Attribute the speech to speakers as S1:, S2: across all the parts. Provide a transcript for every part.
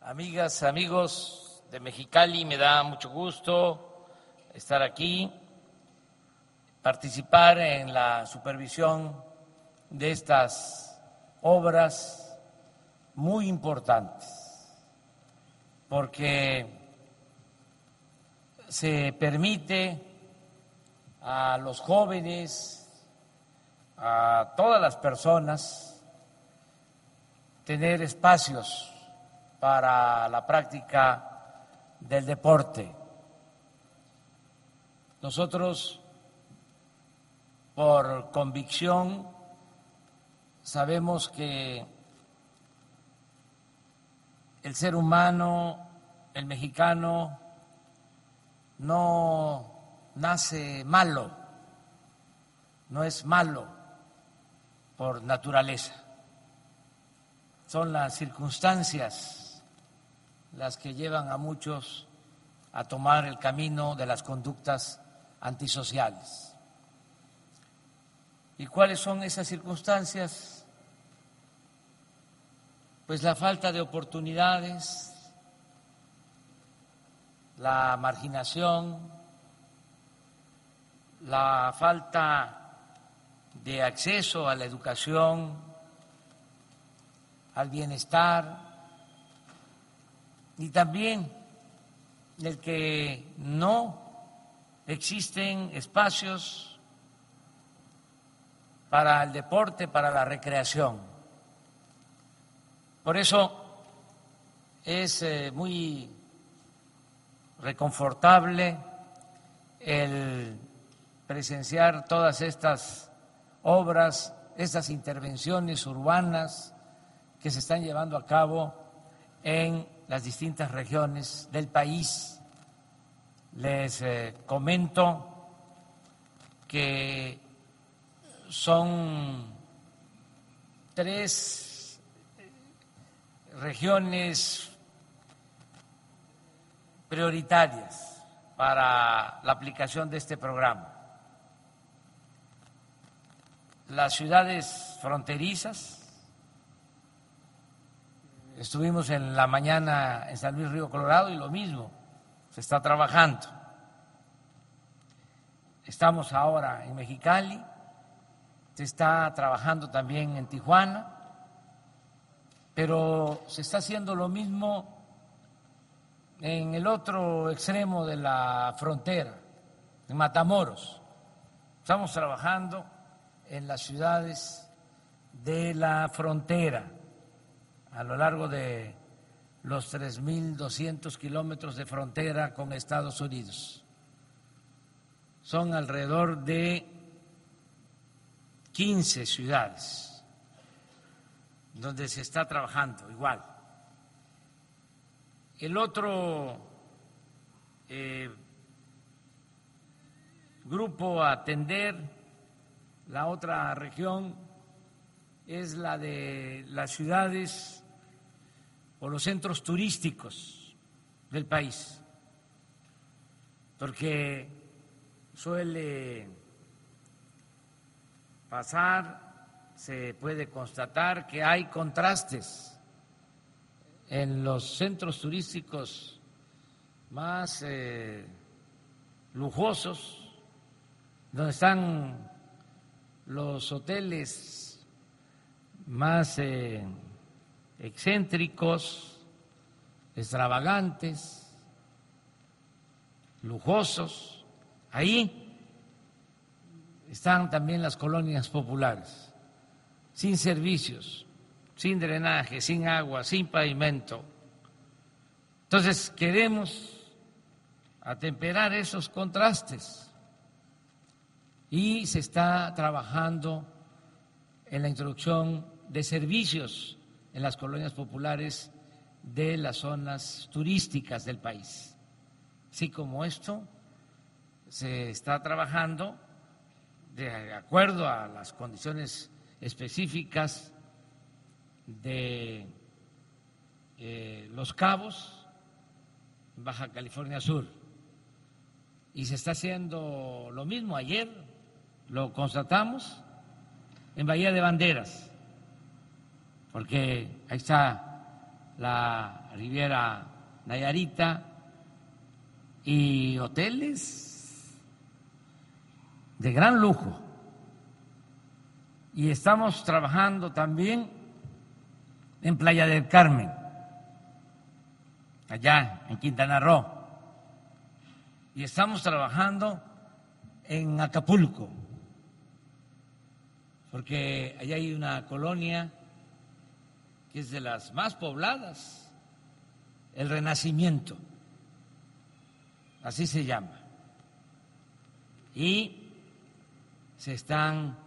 S1: amigas, amigos de Mexicali, me da mucho gusto estar aquí, participar en la supervisión de estas obras muy importantes, porque se permite a los jóvenes, a todas las personas, tener espacios para la práctica del deporte. Nosotros, por convicción, sabemos que el ser humano, el mexicano, no nace malo, no es malo por naturaleza. Son las circunstancias las que llevan a muchos a tomar el camino de las conductas antisociales. ¿Y cuáles son esas circunstancias? Pues la falta de oportunidades, la marginación, la falta de acceso a la educación, al bienestar, y también el que no existen espacios para el deporte, para la recreación. Por eso es muy reconfortable el presenciar todas estas obras, estas intervenciones urbanas que se están llevando a cabo en las distintas regiones del país. Les comento que son 3 regiones prioritarias para la aplicación de este programa. Las ciudades fronterizas. Estuvimos en la mañana en San Luis Río Colorado y lo mismo, se está trabajando. Estamos ahora en Mexicali, se está trabajando también en Tijuana, pero se está haciendo lo mismo en el otro extremo de la frontera, en Matamoros. Estamos trabajando en las ciudades de la frontera, a lo largo de los 3.200 kilómetros de frontera con Estados Unidos. Son alrededor de 15 ciudades donde se está trabajando igual. El otro grupo a atender, la otra región, es la de las ciudades o los centros turísticos del país, porque suele pasar, se puede constatar que hay contrastes en los centros turísticos más lujosos, donde están los hoteles más excéntricos, extravagantes, lujosos. Ahí están también las colonias populares, sin servicios, sin drenaje, sin agua, sin pavimento. Entonces queremos atemperar esos contrastes y se está trabajando en la introducción de servicios en las colonias populares de las zonas turísticas del país. Así como esto, se está trabajando de acuerdo a las condiciones específicas de Los Cabos, Baja California Sur, y se está haciendo lo mismo. Ayer lo constatamos en Bahía de Banderas, porque ahí está la Riviera Nayarita, y hoteles de gran lujo. Y estamos trabajando también en Playa del Carmen, allá en Quintana Roo, y estamos trabajando en Acapulco, porque allá hay una colonia que es de las más pobladas, el Renacimiento, así se llama, y se están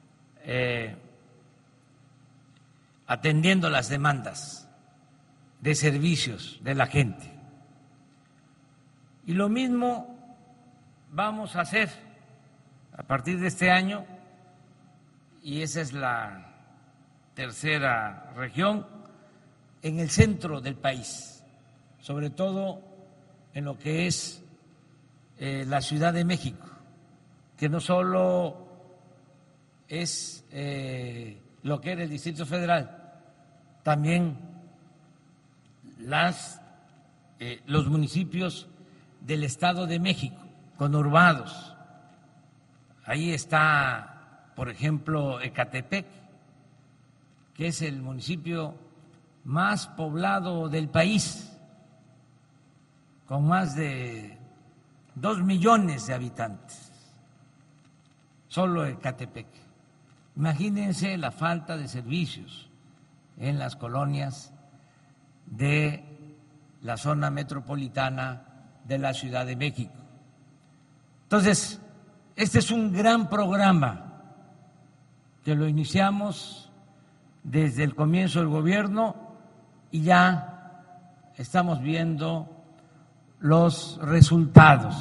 S1: atendiendo las demandas de servicios de la gente. Y lo mismo vamos a hacer a partir de este año, y esa es la tercera región, en el centro del país, sobre todo en lo que es la Ciudad de México, que no solo es lo que era el Distrito Federal, también los municipios del Estado de México, conurbados. Ahí está, por ejemplo, Ecatepec, que es el municipio más poblado del país, con más de 2 millones de habitantes, solo Ecatepec. Imagínense la falta de servicios en las colonias de la zona metropolitana de la Ciudad de México. Entonces, este es un gran programa que lo iniciamos desde el comienzo del gobierno y ya estamos viendo los resultados.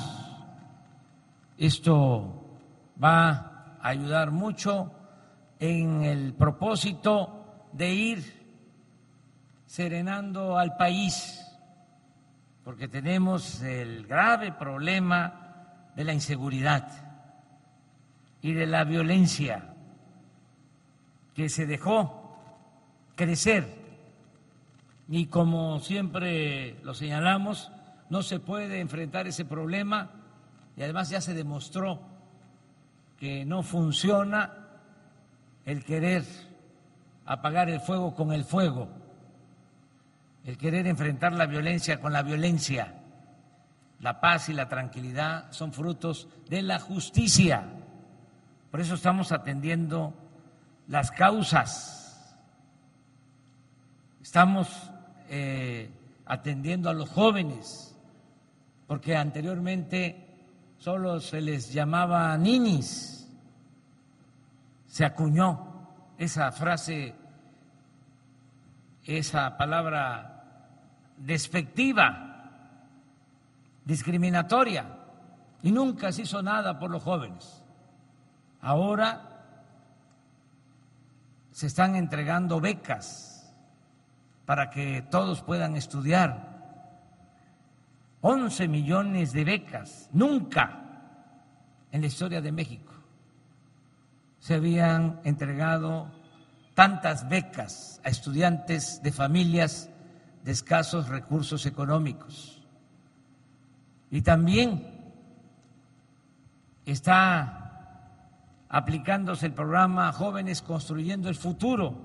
S1: Esto va a ayudar mucho en el propósito de ir serenando al país, porque tenemos el grave problema de la inseguridad y de la violencia que se dejó crecer, y como siempre lo señalamos, no se puede enfrentar ese problema, y además ya se demostró que no funciona el querer apagar el fuego con el fuego, el querer enfrentar la violencia con la violencia. La paz y la tranquilidad son frutos de la justicia. Por eso estamos atendiendo las causas. Estamos atendiendo a los jóvenes, porque anteriormente solo se les llamaba ninis. Se acuñó esa frase, esa palabra despectiva, discriminatoria, y nunca se hizo nada por los jóvenes. Ahora se están entregando becas para que todos puedan estudiar. 11 millones de becas. Nunca en la historia de México se habían entregado tantas becas a estudiantes de familias de escasos recursos económicos. Y también está aplicándose el programa Jóvenes Construyendo el Futuro.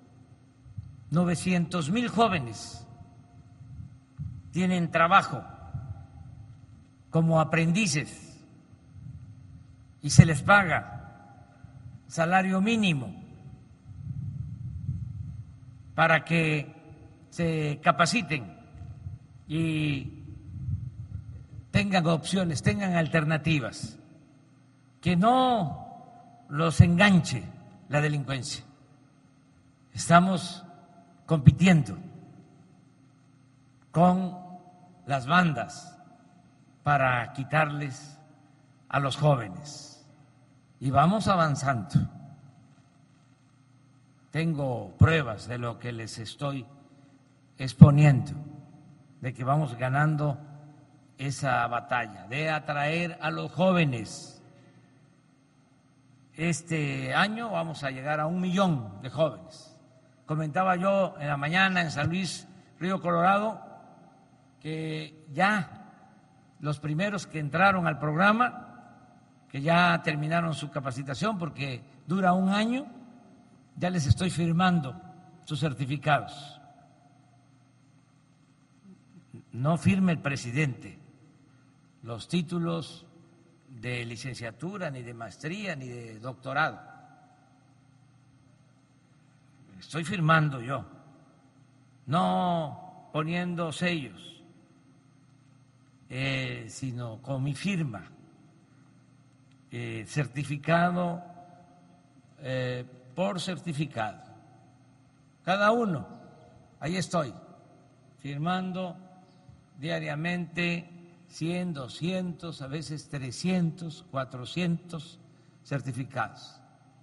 S1: 900,000 jóvenes tienen trabajo como aprendices y se les paga salario mínimo para que se capaciten y tengan opciones, tengan alternativas, que no los enganche la delincuencia. Estamos compitiendo con las bandas para quitarles a los jóvenes. Y vamos avanzando. Tengo pruebas de lo que les estoy exponiendo, de que vamos ganando esa batalla, de atraer a los jóvenes. Este año vamos a llegar a 1 millón de jóvenes. Comentaba yo en la mañana en San Luis Río Colorado, que ya los primeros que entraron al programa, que ya terminaron su capacitación porque dura 1 año, ya les estoy firmando sus certificados. No firme el presidente los títulos de licenciatura, ni de maestría, ni de doctorado. Estoy firmando yo, no poniendo sellos, sino con mi firma, certificado por certificado. Cada uno, ahí estoy, firmando diariamente 100, 200, a veces 300, 400 certificados,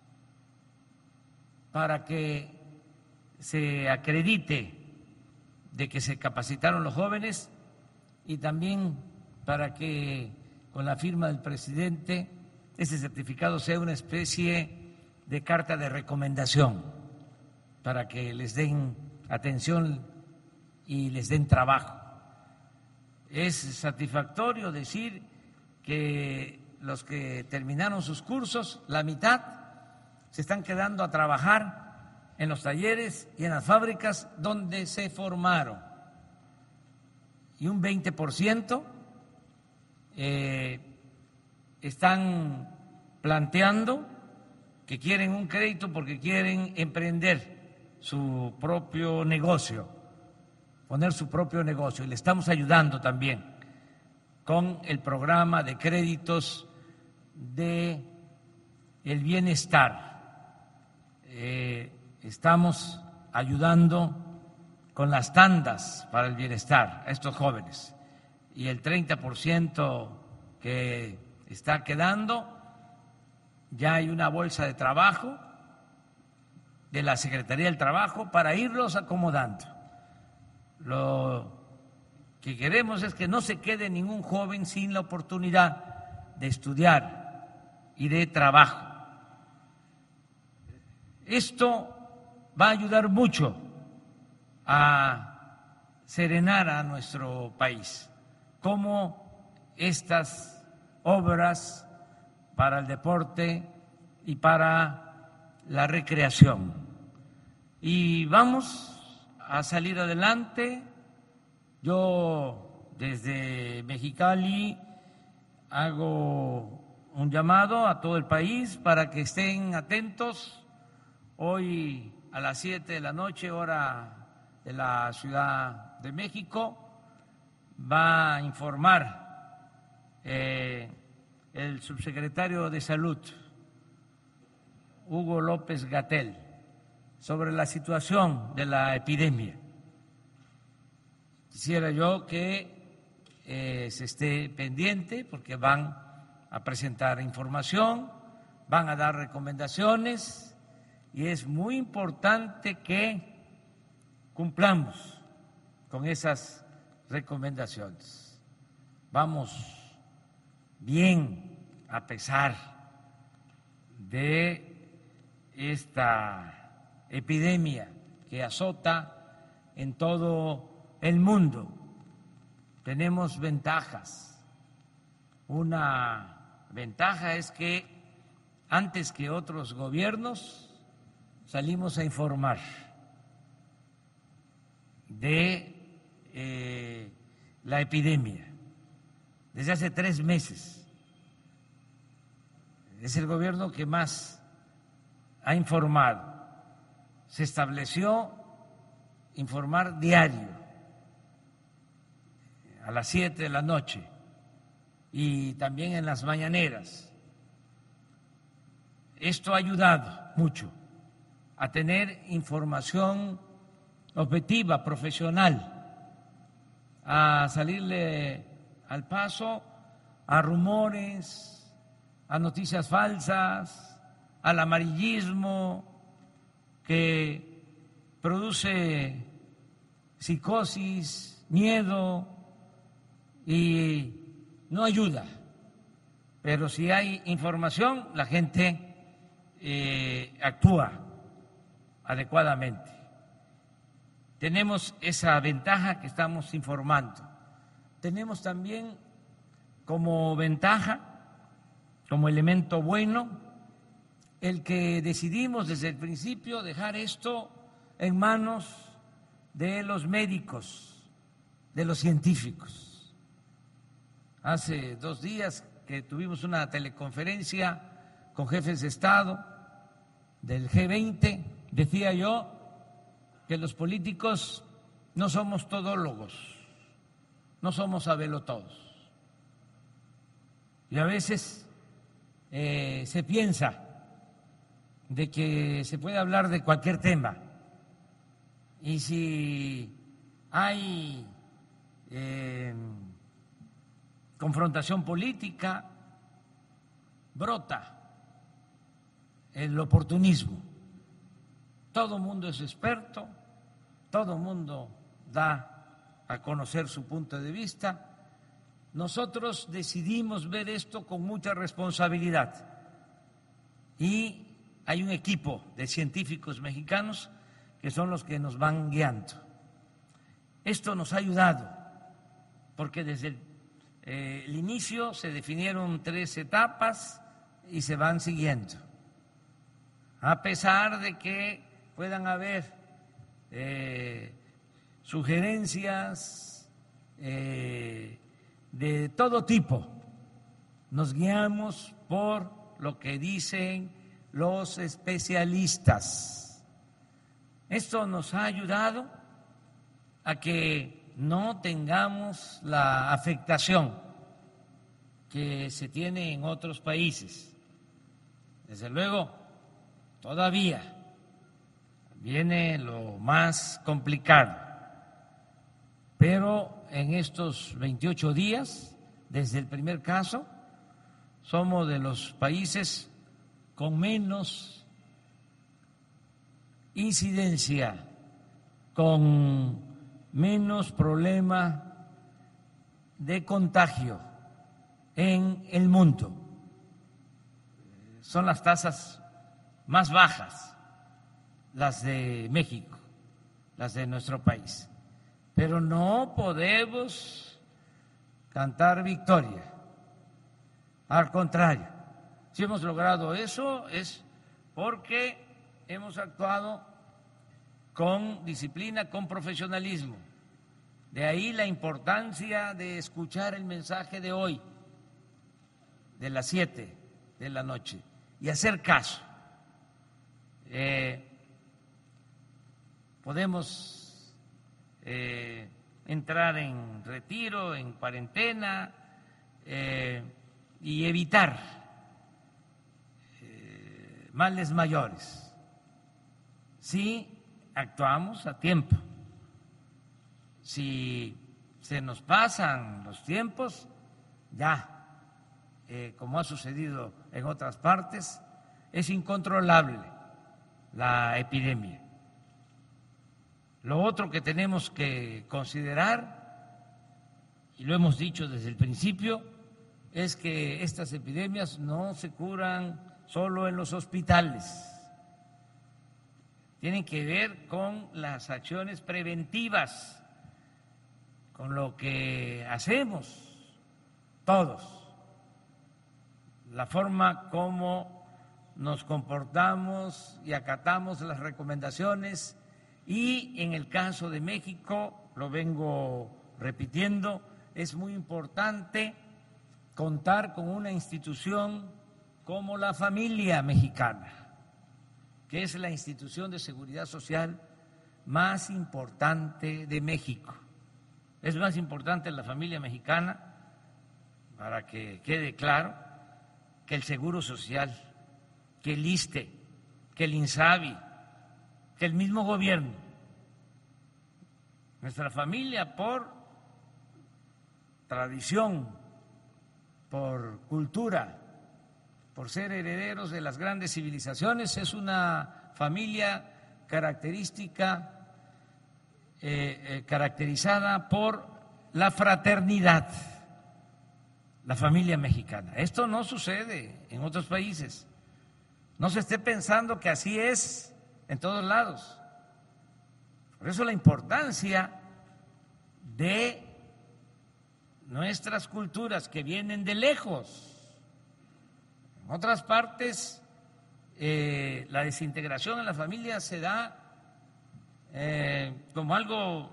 S1: para que se acredite de que se capacitaron los jóvenes y también para que con la firma del presidente ese certificado sea una especie de carta de recomendación para que les den atención y les den trabajo. Es satisfactorio decir que los que terminaron sus cursos, la mitad se están quedando a trabajar en los talleres y en las fábricas donde se formaron. Y un 20% están planteando que quieren un crédito porque quieren emprender su propio negocio, poner su propio negocio, y le estamos ayudando también con el programa de créditos de el bienestar. Estamos ayudando con las tandas para el bienestar a estos jóvenes, y el 30% que está quedando, ya hay una bolsa de trabajo de la Secretaría del Trabajo para irlos acomodando. Lo que queremos es que no se quede ningún joven sin la oportunidad de estudiar y de trabajo. Esto va a ayudar mucho a serenar a nuestro país, como estas obras para el deporte y para la recreación. Y vamos a salir adelante. Yo desde Mexicali hago un llamado a todo el país para que estén atentos. Hoy a las 7 de la noche, hora de la Ciudad de México, va a informar el subsecretario de Salud, Hugo López-Gatell, sobre la situación de la epidemia. Quisiera yo que se esté pendiente porque van a presentar información, van a dar recomendaciones, y es muy importante que cumplamos con esas recomendaciones. Vamos bien a pesar de esta epidemia que azota en todo el mundo. Tenemos ventajas. Una ventaja es que antes que otros gobiernos salimos a informar de la epidemia desde hace 3 meses. Es el gobierno que más ha informado. Se estableció informar diario a las 7 de la noche y también en las mañaneras. Esto ha ayudado mucho a tener información objetiva, profesional, a salirle al paso a rumores, a noticias falsas, al amarillismo que produce psicosis, miedo y no ayuda. Pero si hay información, la gente actúa adecuadamente. tenemos esa ventaja que estamos informando. Tenemos también como ventaja, como elemento bueno, el que decidimos desde el principio dejar esto en manos de los médicos, de los científicos. Hace 2 días que tuvimos una teleconferencia con jefes de Estado del G20, decía yo que los políticos no somos todólogos, no somos sabelotodos. Y a veces se piensa de que se puede hablar de cualquier tema y si hay confrontación política, brota el oportunismo. Todo mundo es experto, todo mundo da a conocer su punto de vista. Nosotros decidimos ver esto con mucha responsabilidad y hay un equipo de científicos mexicanos que son los que nos van guiando. Esto nos ha ayudado porque desde el inicio se definieron 3 etapas y se van siguiendo. A pesar de que puedan haber sugerencias de todo tipo, nos guiamos por lo que dicen los especialistas. Esto nos ha ayudado a que no tengamos la afectación que se tiene en otros países. Desde luego, todavía viene lo más complicado, pero en estos 28 días, desde el primer caso, somos de los países con menos incidencia, con menos problema de contagio en el mundo. Son las tasas más bajas, las de México, las de nuestro país. Pero no podemos cantar victoria. Al contrario, si hemos logrado eso es porque hemos actuado con disciplina, con profesionalismo. De ahí la importancia de escuchar el mensaje de hoy, de las 7 de la noche, y hacer caso. Podemos entrar en retiro, en cuarentena y evitar males mayores si actuamos a tiempo. Si se nos pasan los tiempos, ya, como ha sucedido en otras partes, es incontrolable la epidemia. Lo otro que tenemos que considerar, y lo hemos dicho desde el principio, es que estas epidemias no se curan solo en los hospitales. Tienen que ver con las acciones preventivas, con lo que hacemos todos, la forma como nos comportamos y acatamos las recomendaciones. Y en el caso de México, lo vengo repitiendo, es muy importante contar con una institución como la familia mexicana, que es la institución de seguridad social más importante de México. Es más importante la familia mexicana, para que quede claro, que el Seguro Social, que el ISSSTE, que el INSABI, que el mismo gobierno. Nuestra familia, por tradición, por cultura, por ser herederos de las grandes civilizaciones, es una familia caracterizada por la fraternidad, la familia mexicana. Esto no sucede en otros países. No se esté pensando que así es en todos lados. Por eso la importancia de nuestras culturas que vienen de lejos. En otras partes, la desintegración en la familia se da como algo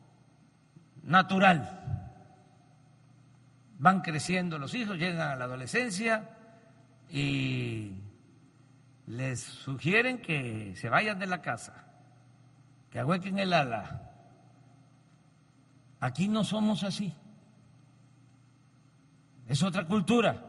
S1: natural. Van creciendo los hijos, llegan a la adolescencia y les sugieren que se vayan de la casa, que ahuequen el ala. Aquí no somos así. Es otra cultura.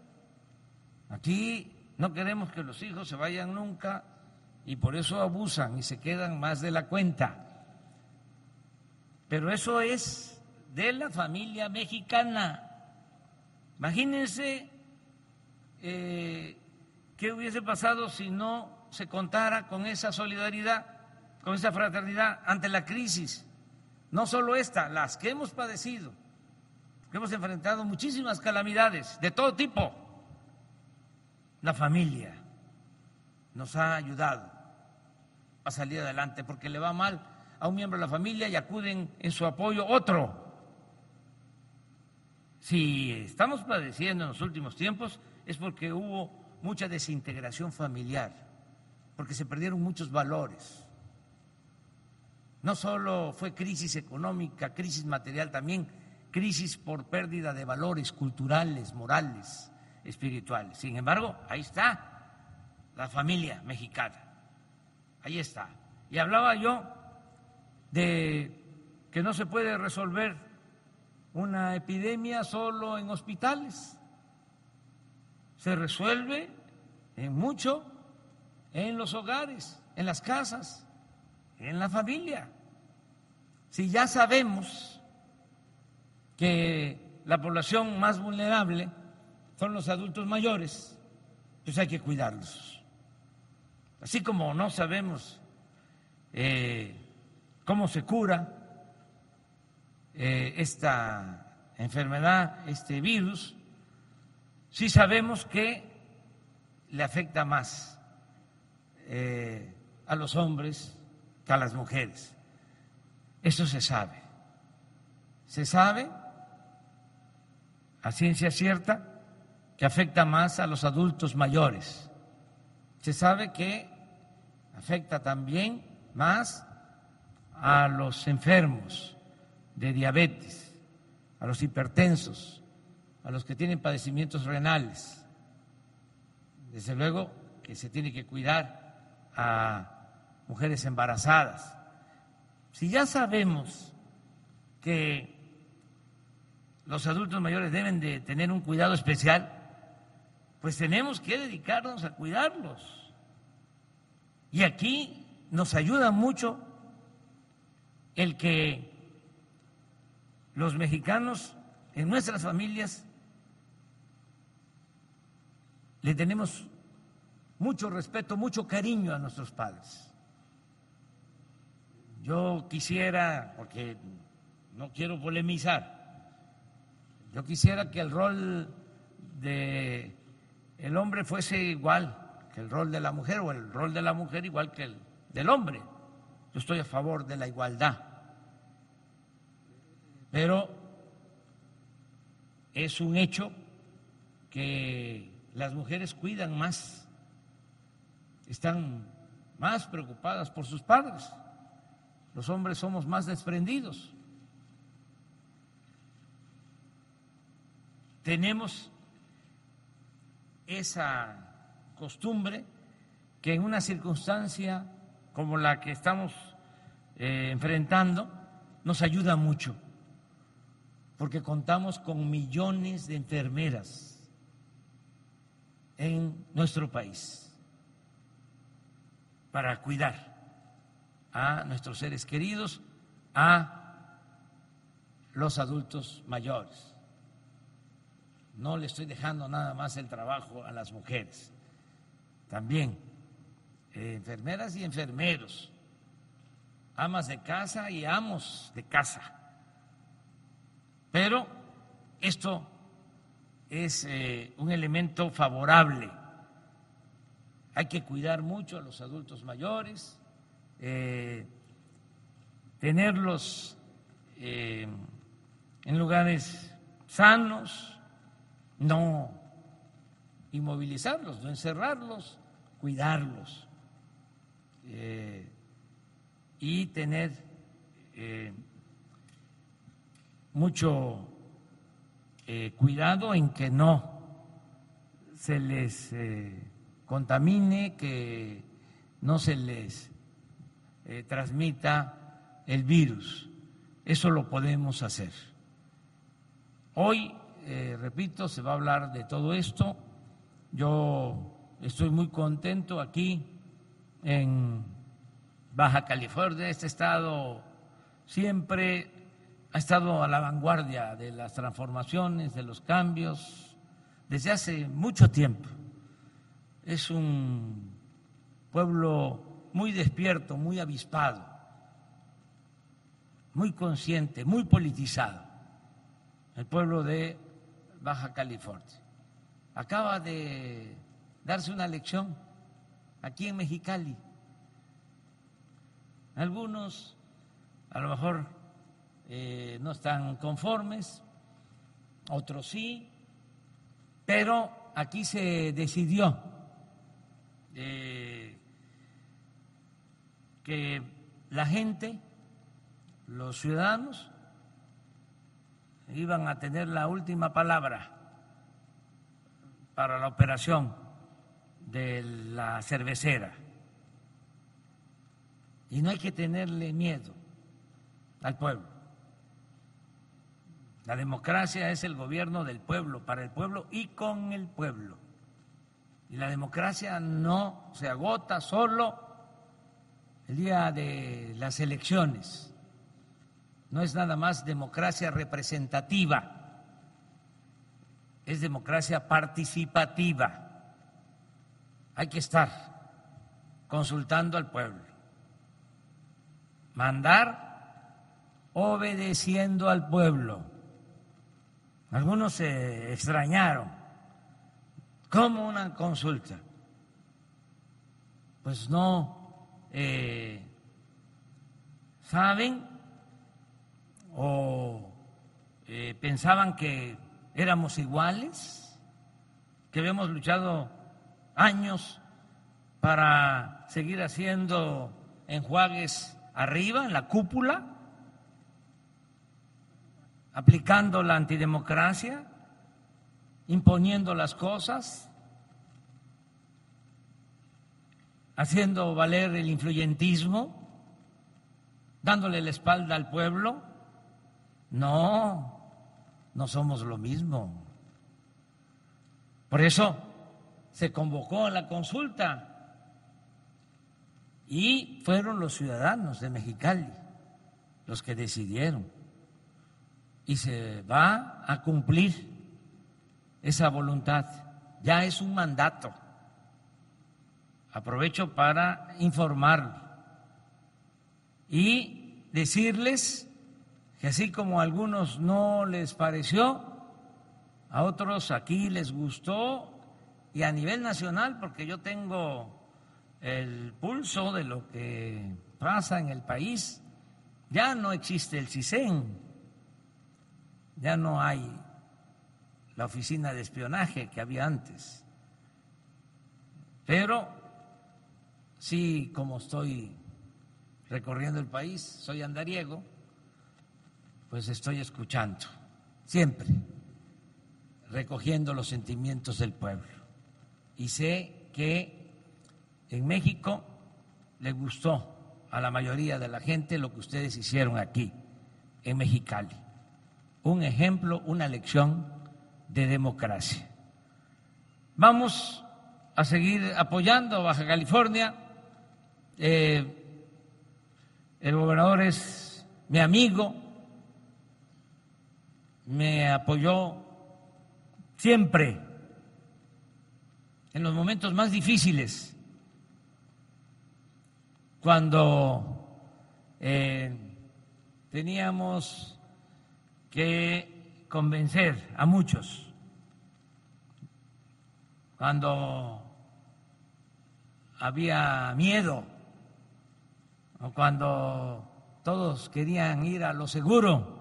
S1: Aquí no queremos que los hijos se vayan nunca y por eso abusan y se quedan más de la cuenta. Pero eso es de la familia mexicana. Imagínense qué hubiese pasado si no se contara con esa solidaridad, con esa fraternidad ante la crisis. No solo esta, las que hemos padecido, que hemos enfrentado muchísimas calamidades de todo tipo. La familia nos ha ayudado a salir adelante porque le va mal a un miembro de la familia y acuden en su apoyo otro. Si estamos padeciendo en los últimos tiempos es porque hubo mucha desintegración familiar, porque se perdieron muchos valores. No solo fue crisis económica, crisis material, también crisis por pérdida de valores culturales, morales, espirituales. Sin embargo, ahí está la familia mexicana, ahí está. Y hablaba yo de que no se puede resolver una epidemia solo en hospitales, se resuelve en mucho en los hogares, en las casas, en la familia. Si ya sabemos que la población más vulnerable son los adultos mayores, pues hay que cuidarlos. Así como no sabemos cómo se cura esta enfermedad, este virus, sí sabemos que le afecta más a los hombres que a las mujeres. Eso se sabe. Se sabe a ciencia cierta que afecta más a los adultos mayores. Se sabe que afecta también más a los enfermos de diabetes, a los hipertensos, a los que tienen padecimientos renales. Desde luego que se tiene que cuidar a mujeres embarazadas. Si ya sabemos que los adultos mayores deben de tener un cuidado especial, pues tenemos que dedicarnos a cuidarlos. Y aquí nos ayuda mucho el que los mexicanos en nuestras familias le tenemos mucho respeto, mucho cariño a nuestros padres. Yo quisiera, porque no quiero polemizar, yo quisiera que el rol de el hombre fuese igual que el rol de la mujer o el rol de la mujer igual que el del hombre. Yo estoy a favor de la igualdad, pero es un hecho que las mujeres cuidan más, están más preocupadas por sus padres. Los hombres somos más desprendidos. Tenemos esa costumbre que en una circunstancia como la que estamos enfrentando nos ayuda mucho, porque contamos con millones de enfermeras en nuestro país para cuidar a nuestros seres queridos, a los adultos mayores. No le estoy dejando nada más el trabajo a las mujeres, también enfermeras y enfermeros, amas de casa y amos de casa. Pero esto es un elemento favorable. Hay que cuidar mucho a los adultos mayores, tenerlos en lugares sanos, no inmovilizarlos, no encerrarlos, cuidarlos y tener mucho cuidado en que no se les contamine, que no se les transmita el virus. Eso lo podemos hacer. Hoy, repito, se va a hablar de todo esto. Yo estoy muy contento aquí en Baja California. Este estado siempre ha estado a la vanguardia de las transformaciones, de los cambios, desde hace mucho tiempo. Es un pueblo muy despierto, muy avispado, muy consciente, muy politizado, el pueblo de Baja California. Acaba de darse una elección aquí en Mexicali. Algunos a lo mejor no están conformes, otros sí, pero aquí se decidió que la gente, los ciudadanos, iban a tener la última palabra para la operación de la cervecera. Y no hay que tenerle miedo al pueblo. La democracia es el gobierno del pueblo, para el pueblo y con el pueblo. Y la democracia no se agota solo el día de las elecciones. No es nada más democracia representativa, es democracia participativa. Hay que estar consultando al pueblo, mandar obedeciendo al pueblo. Algunos se extrañaron. ¿Cómo una consulta? Pues no saben o pensaban que éramos iguales, que habíamos luchado años para seguir haciendo enjuagues arriba, en la cúpula, aplicando la antidemocracia, imponiendo las cosas, haciendo valer el influyentismo, dándole la espalda al pueblo. No, no somos lo mismo. Por eso se convocó a la consulta y fueron los ciudadanos de Mexicali los que decidieron. Y se va a cumplir esa voluntad. Ya es un mandato. Aprovecho para informarlo y decirles que así como a algunos no les pareció, a otros aquí les gustó, y a nivel nacional, porque yo tengo el pulso de lo que pasa en el país, ya no existe el CISEN, ya no hay la oficina de espionaje que había antes, pero sí, como estoy recorriendo el país, soy andariego, pues estoy escuchando, siempre recogiendo los sentimientos del pueblo. Y sé que en México le gustó a la mayoría de la gente lo que ustedes hicieron aquí, en Mexicali. Un ejemplo, una lección de democracia. Vamos a seguir apoyando a Baja California. El gobernador es mi amigo, me apoyó siempre en los momentos más difíciles, cuando teníamos que convencer a muchos, cuando había miedo o cuando todos querían ir a lo seguro,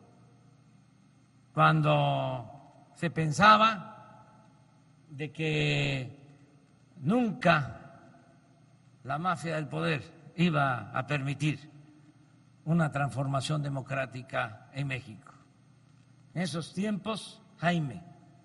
S1: cuando se pensaba de que nunca la mafia del poder iba a permitir una transformación democrática en México. En esos tiempos, Jaime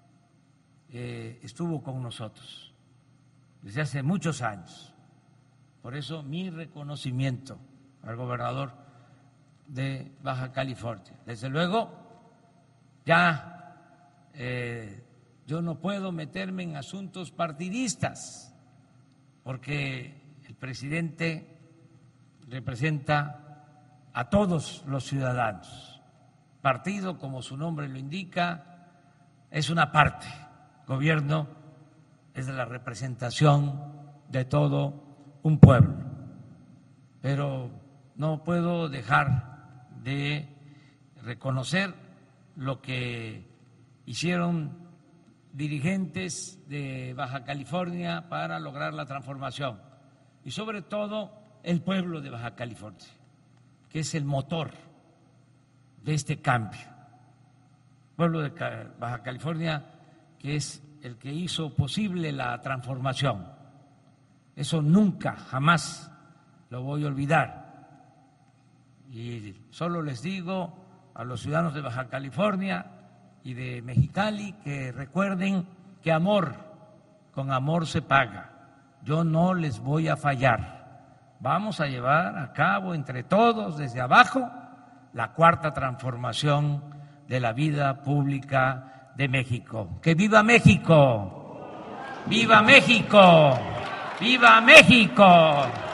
S1: estuvo con nosotros desde hace muchos años. Por eso mi reconocimiento al gobernador de Baja California. Desde luego, ya yo no puedo meterme en asuntos partidistas, porque el presidente representa a todos los ciudadanos. Partido, como su nombre lo indica, es una parte. Gobierno es la representación de todo un pueblo. Pero no puedo dejar de reconocer lo que hicieron dirigentes de Baja California para lograr la transformación y sobre todo el pueblo de Baja California, que es el motor de este cambio. El pueblo de Baja California, que es el que hizo posible la transformación. Eso nunca, jamás lo voy a olvidar. Y solo les digo a los ciudadanos de Baja California y de Mexicali que recuerden que amor con amor se paga. Yo no les voy a fallar. Vamos a llevar a cabo entre todos, desde abajo, la cuarta transformación de la vida pública de México. ¡Que viva México! ¡Viva México! ¡Viva México!